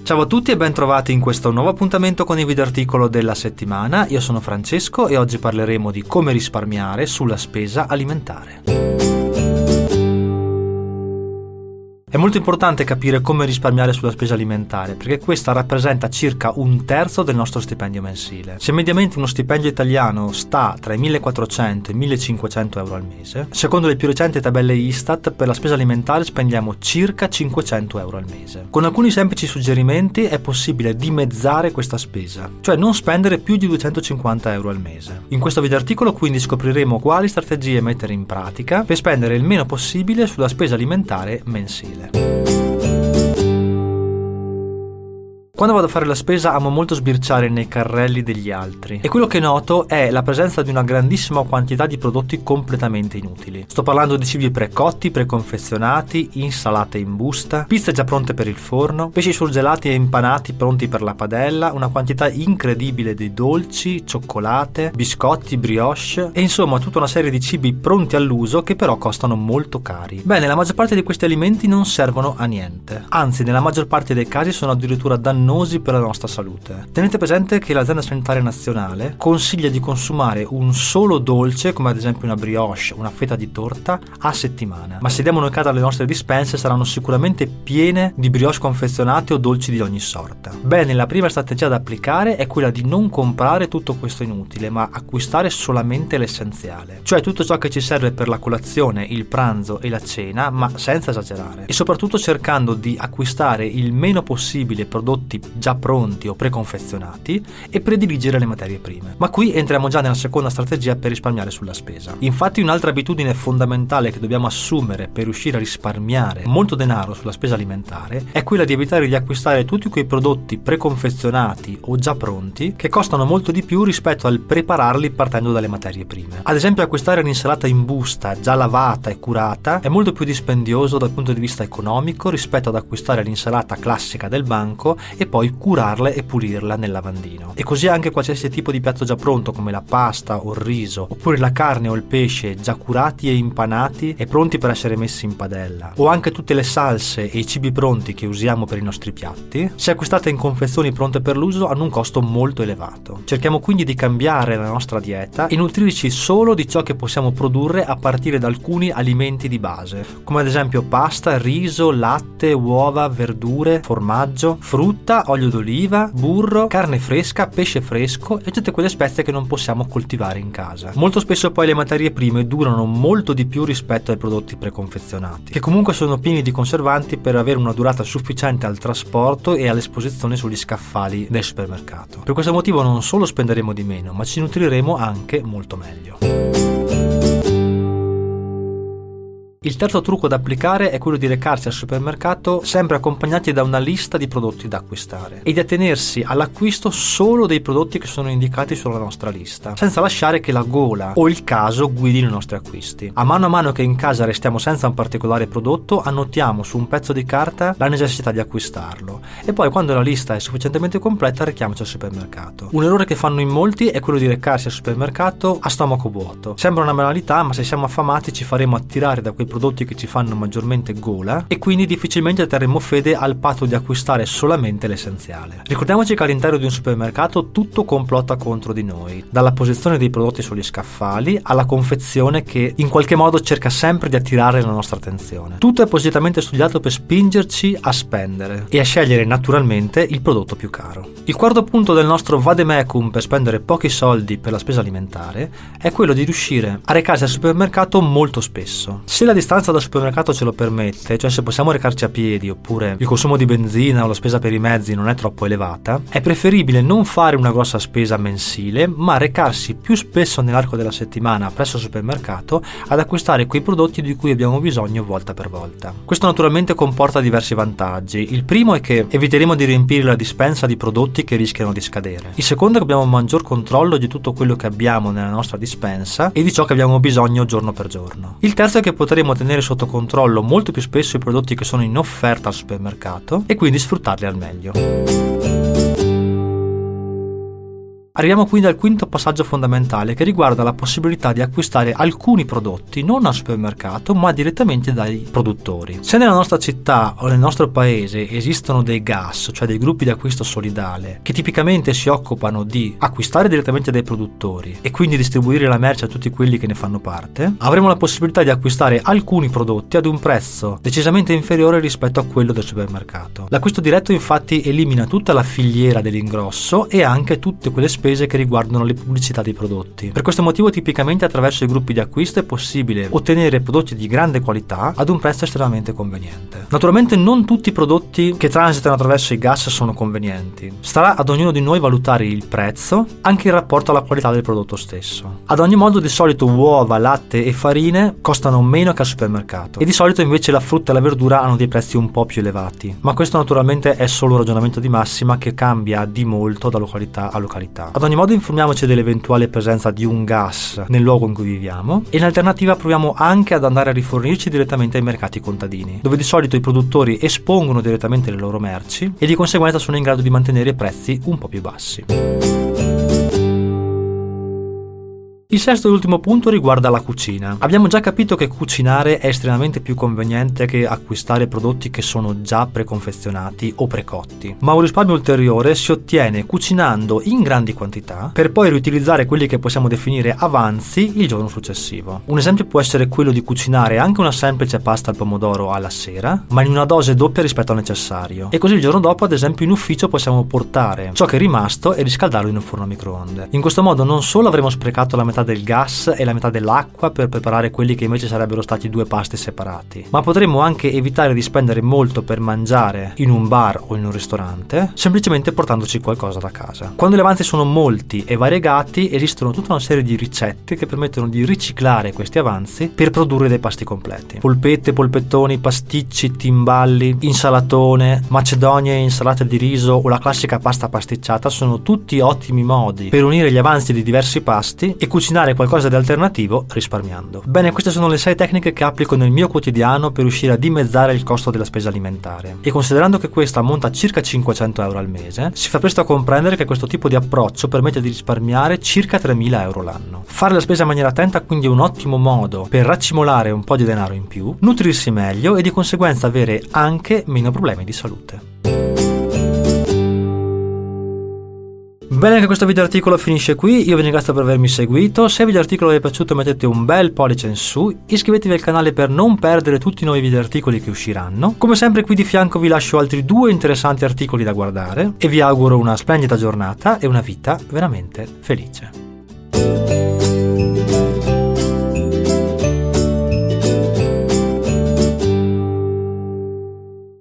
Ciao a tutti e ben trovati in questo nuovo appuntamento con il video articolo della settimana. Io sono Francesco e oggi parleremo di come risparmiare sulla spesa alimentare. È molto importante capire come risparmiare sulla spesa alimentare, perché questa rappresenta circa un terzo del nostro stipendio mensile. Se mediamente uno stipendio italiano sta tra i 1.400 e i 1.500 euro al mese, secondo le più recenti tabelle Istat, per la spesa alimentare spendiamo circa 500 euro al mese. Con alcuni semplici suggerimenti è possibile dimezzare questa spesa, cioè non spendere più di 250 euro al mese. In questo video articolo quindi scopriremo quali strategie mettere in pratica per spendere il meno possibile sulla spesa alimentare mensile. Quando vado a fare la spesa amo molto sbirciare nei carrelli degli altri e quello che noto è la presenza di una grandissima quantità di prodotti completamente inutili. Sto parlando di cibi precotti, preconfezionati, insalate in busta, pizze già pronte per il forno, pesci surgelati e impanati pronti per la padella, una quantità incredibile di dolci, cioccolate, biscotti, brioche e insomma tutta una serie di cibi pronti all'uso che però costano molto cari. Bene, la maggior parte di questi alimenti non servono a niente, anzi nella maggior parte dei casi sono addirittura dannosi per la nostra salute. Tenete presente che l'Azienda Sanitaria Nazionale consiglia di consumare un solo dolce, come ad esempio una brioche, una fetta di torta, a settimana. Ma se diamo un'occhiata alle nostre dispense saranno sicuramente piene di brioche confezionate o dolci di ogni sorta. Bene, la prima strategia da applicare è quella di non comprare tutto questo inutile, ma acquistare solamente l'essenziale, cioè tutto ciò che ci serve per la colazione, il pranzo e la cena, ma senza esagerare. E soprattutto cercando di acquistare il meno possibile prodotti già pronti o preconfezionati e prediligere le materie prime. Ma qui entriamo già nella seconda strategia per risparmiare sulla spesa. Infatti un'altra abitudine fondamentale che dobbiamo assumere per riuscire a risparmiare molto denaro sulla spesa alimentare è quella di evitare di acquistare tutti quei prodotti preconfezionati o già pronti che costano molto di più rispetto al prepararli partendo dalle materie prime. Ad esempio acquistare un'insalata in busta già lavata e curata è molto più dispendioso dal punto di vista economico rispetto ad acquistare l'insalata classica del banco e poi curarla e pulirla nel lavandino. E così anche qualsiasi tipo di piatto già pronto come la pasta o il riso, oppure la carne o il pesce già curati e impanati e pronti per essere messi in padella, o anche tutte le salse e i cibi pronti che usiamo per i nostri piatti, se acquistate in confezioni pronte per l'uso hanno un costo molto elevato. Cerchiamo quindi di cambiare la nostra dieta e nutrirci solo di ciò che possiamo produrre a partire da alcuni alimenti di base, come ad esempio pasta, riso, latte, uova, verdure, formaggio, frutta, olio d'oliva, burro, carne fresca, pesce fresco e tutte quelle spezie che non possiamo coltivare in casa. Molto spesso poi le materie prime durano molto di più rispetto ai prodotti preconfezionati, che comunque sono pieni di conservanti per avere una durata sufficiente al trasporto e all'esposizione sugli scaffali del supermercato. Per questo motivo non solo spenderemo di meno, ma ci nutriremo anche molto meglio. Il terzo trucco da applicare è quello di recarsi al supermercato sempre accompagnati da una lista di prodotti da acquistare e di attenersi all'acquisto solo dei prodotti che sono indicati sulla nostra lista, senza lasciare che la gola o il caso guidino i nostri acquisti. A mano che in casa restiamo senza un particolare prodotto, annotiamo su un pezzo di carta la necessità di acquistarlo e poi quando la lista è sufficientemente completa rechiamoci al supermercato. Un errore che fanno in molti è quello di recarsi al supermercato a stomaco vuoto. Sembra una banalità, ma se siamo affamati ci faremo attirare da quei prodotti che ci fanno maggiormente gola e quindi difficilmente terremo fede al patto di acquistare solamente l'essenziale. Ricordiamoci che all'interno di un supermercato tutto complotta contro di noi, dalla posizione dei prodotti sugli scaffali alla confezione che in qualche modo cerca sempre di attirare la nostra attenzione. Tutto è appositamente studiato per spingerci a spendere e a scegliere naturalmente il prodotto più caro. Il quarto punto del nostro vademecum per spendere pochi soldi per la spesa alimentare è quello di riuscire a recarsi al supermercato molto spesso. Se la distanza dal supermercato ce lo permette, cioè se possiamo recarci a piedi oppure il consumo di benzina o la spesa per i mezzi non è troppo elevata, è preferibile non fare una grossa spesa mensile ma recarsi più spesso nell'arco della settimana presso il supermercato ad acquistare quei prodotti di cui abbiamo bisogno volta per volta. Questo naturalmente comporta diversi vantaggi. Il primo è che eviteremo di riempire la dispensa di prodotti che rischiano di scadere. Il secondo è che abbiamo un maggior controllo di tutto quello che abbiamo nella nostra dispensa e di ciò che abbiamo bisogno giorno per giorno. Il terzo è che potremo tenere sotto controllo molto più spesso i prodotti che sono in offerta al supermercato e quindi sfruttarli al meglio. Arriviamo quindi al quinto passaggio fondamentale, che riguarda la possibilità di acquistare alcuni prodotti non al supermercato ma direttamente dai produttori. Se nella nostra città o nel nostro paese esistono dei GAS, cioè dei gruppi di acquisto solidale, che tipicamente si occupano di acquistare direttamente dai produttori e quindi distribuire la merce a tutti quelli che ne fanno parte, avremo la possibilità di acquistare alcuni prodotti ad un prezzo decisamente inferiore rispetto a quello del supermercato. L'acquisto diretto infatti elimina tutta la filiera dell'ingrosso e anche tutte quelle spese che riguardano le pubblicità dei prodotti. Per questo motivo tipicamente attraverso i gruppi di acquisto è possibile ottenere prodotti di grande qualità ad un prezzo estremamente conveniente. Naturalmente non tutti i prodotti che transitano attraverso i GAS sono convenienti. Starà ad ognuno di noi valutare il prezzo anche in rapporto alla qualità del prodotto stesso. Ad ogni modo di solito uova, latte e farine costano meno che al supermercato e di solito invece la frutta e la verdura hanno dei prezzi un po' più elevati, ma questo naturalmente è solo un ragionamento di massima che cambia di molto da località a località. Ad ogni modo informiamoci dell'eventuale presenza di un gas nel luogo in cui viviamo e in alternativa proviamo anche ad andare a rifornirci direttamente ai mercati contadini, dove di solito i produttori espongono direttamente le loro merci e di conseguenza sono in grado di mantenere prezzi un po' più bassi. Il sesto e ultimo punto riguarda la cucina. Abbiamo già capito che cucinare è estremamente più conveniente che acquistare prodotti che sono già preconfezionati o precotti, ma un risparmio ulteriore si ottiene cucinando in grandi quantità per poi riutilizzare quelli che possiamo definire avanzi il giorno successivo. Un esempio può essere quello di cucinare anche una semplice pasta al pomodoro alla sera, ma in una dose doppia rispetto al necessario, e così il giorno dopo ad esempio in ufficio possiamo portare ciò che è rimasto e riscaldarlo in un forno a microonde. In questo modo non solo avremo sprecato la metà del gas e la metà dell'acqua per preparare quelli che invece sarebbero stati due pasti separati, ma potremmo anche evitare di spendere molto per mangiare in un bar o in un ristorante, semplicemente portandoci qualcosa da casa. Quando gli avanzi sono molti e variegati, esistono tutta una serie di ricette che permettono di riciclare questi avanzi per produrre dei pasti completi. Polpette, polpettoni, pasticci, timballi, insalatone, macedonie e insalate di riso o la classica pasta pasticciata sono tutti ottimi modi per unire gli avanzi di diversi pasti e cucinare qualcosa di alternativo risparmiando. Bene, queste sono le 6 tecniche che applico nel mio quotidiano per riuscire a dimezzare il costo della spesa alimentare, e considerando che questa ammonta a circa 500 euro al mese, si fa presto a comprendere che questo tipo di approccio permette di risparmiare circa 3.000 euro l'anno. Fare la spesa in maniera attenta quindi è un ottimo modo per raccimolare un po' di denaro in più, nutrirsi meglio e di conseguenza avere anche meno problemi di salute. Bene, anche questo video articolo finisce qui, io vi ringrazio per avermi seguito. Se il video articolo vi è piaciuto mettete un bel pollice in su, iscrivetevi al canale per non perdere tutti i nuovi video articoli che usciranno. Come sempre qui di fianco vi lascio altri 2 interessanti articoli da guardare e vi auguro una splendida giornata e una vita veramente felice.